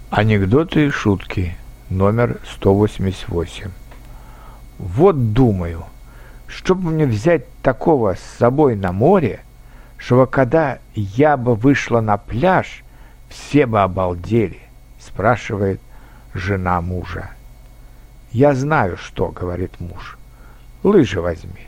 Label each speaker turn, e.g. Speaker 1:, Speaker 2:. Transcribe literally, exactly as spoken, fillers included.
Speaker 1: Анекдоты и шутки номер сто восемьдесят восемь. Вот думаю, чтобы мне взять такого с собой на море, чтобы когда я бы вышла на пляж, все бы обалдели, спрашивает жена мужа. Я знаю, что, говорит муж. Лыжи возьми.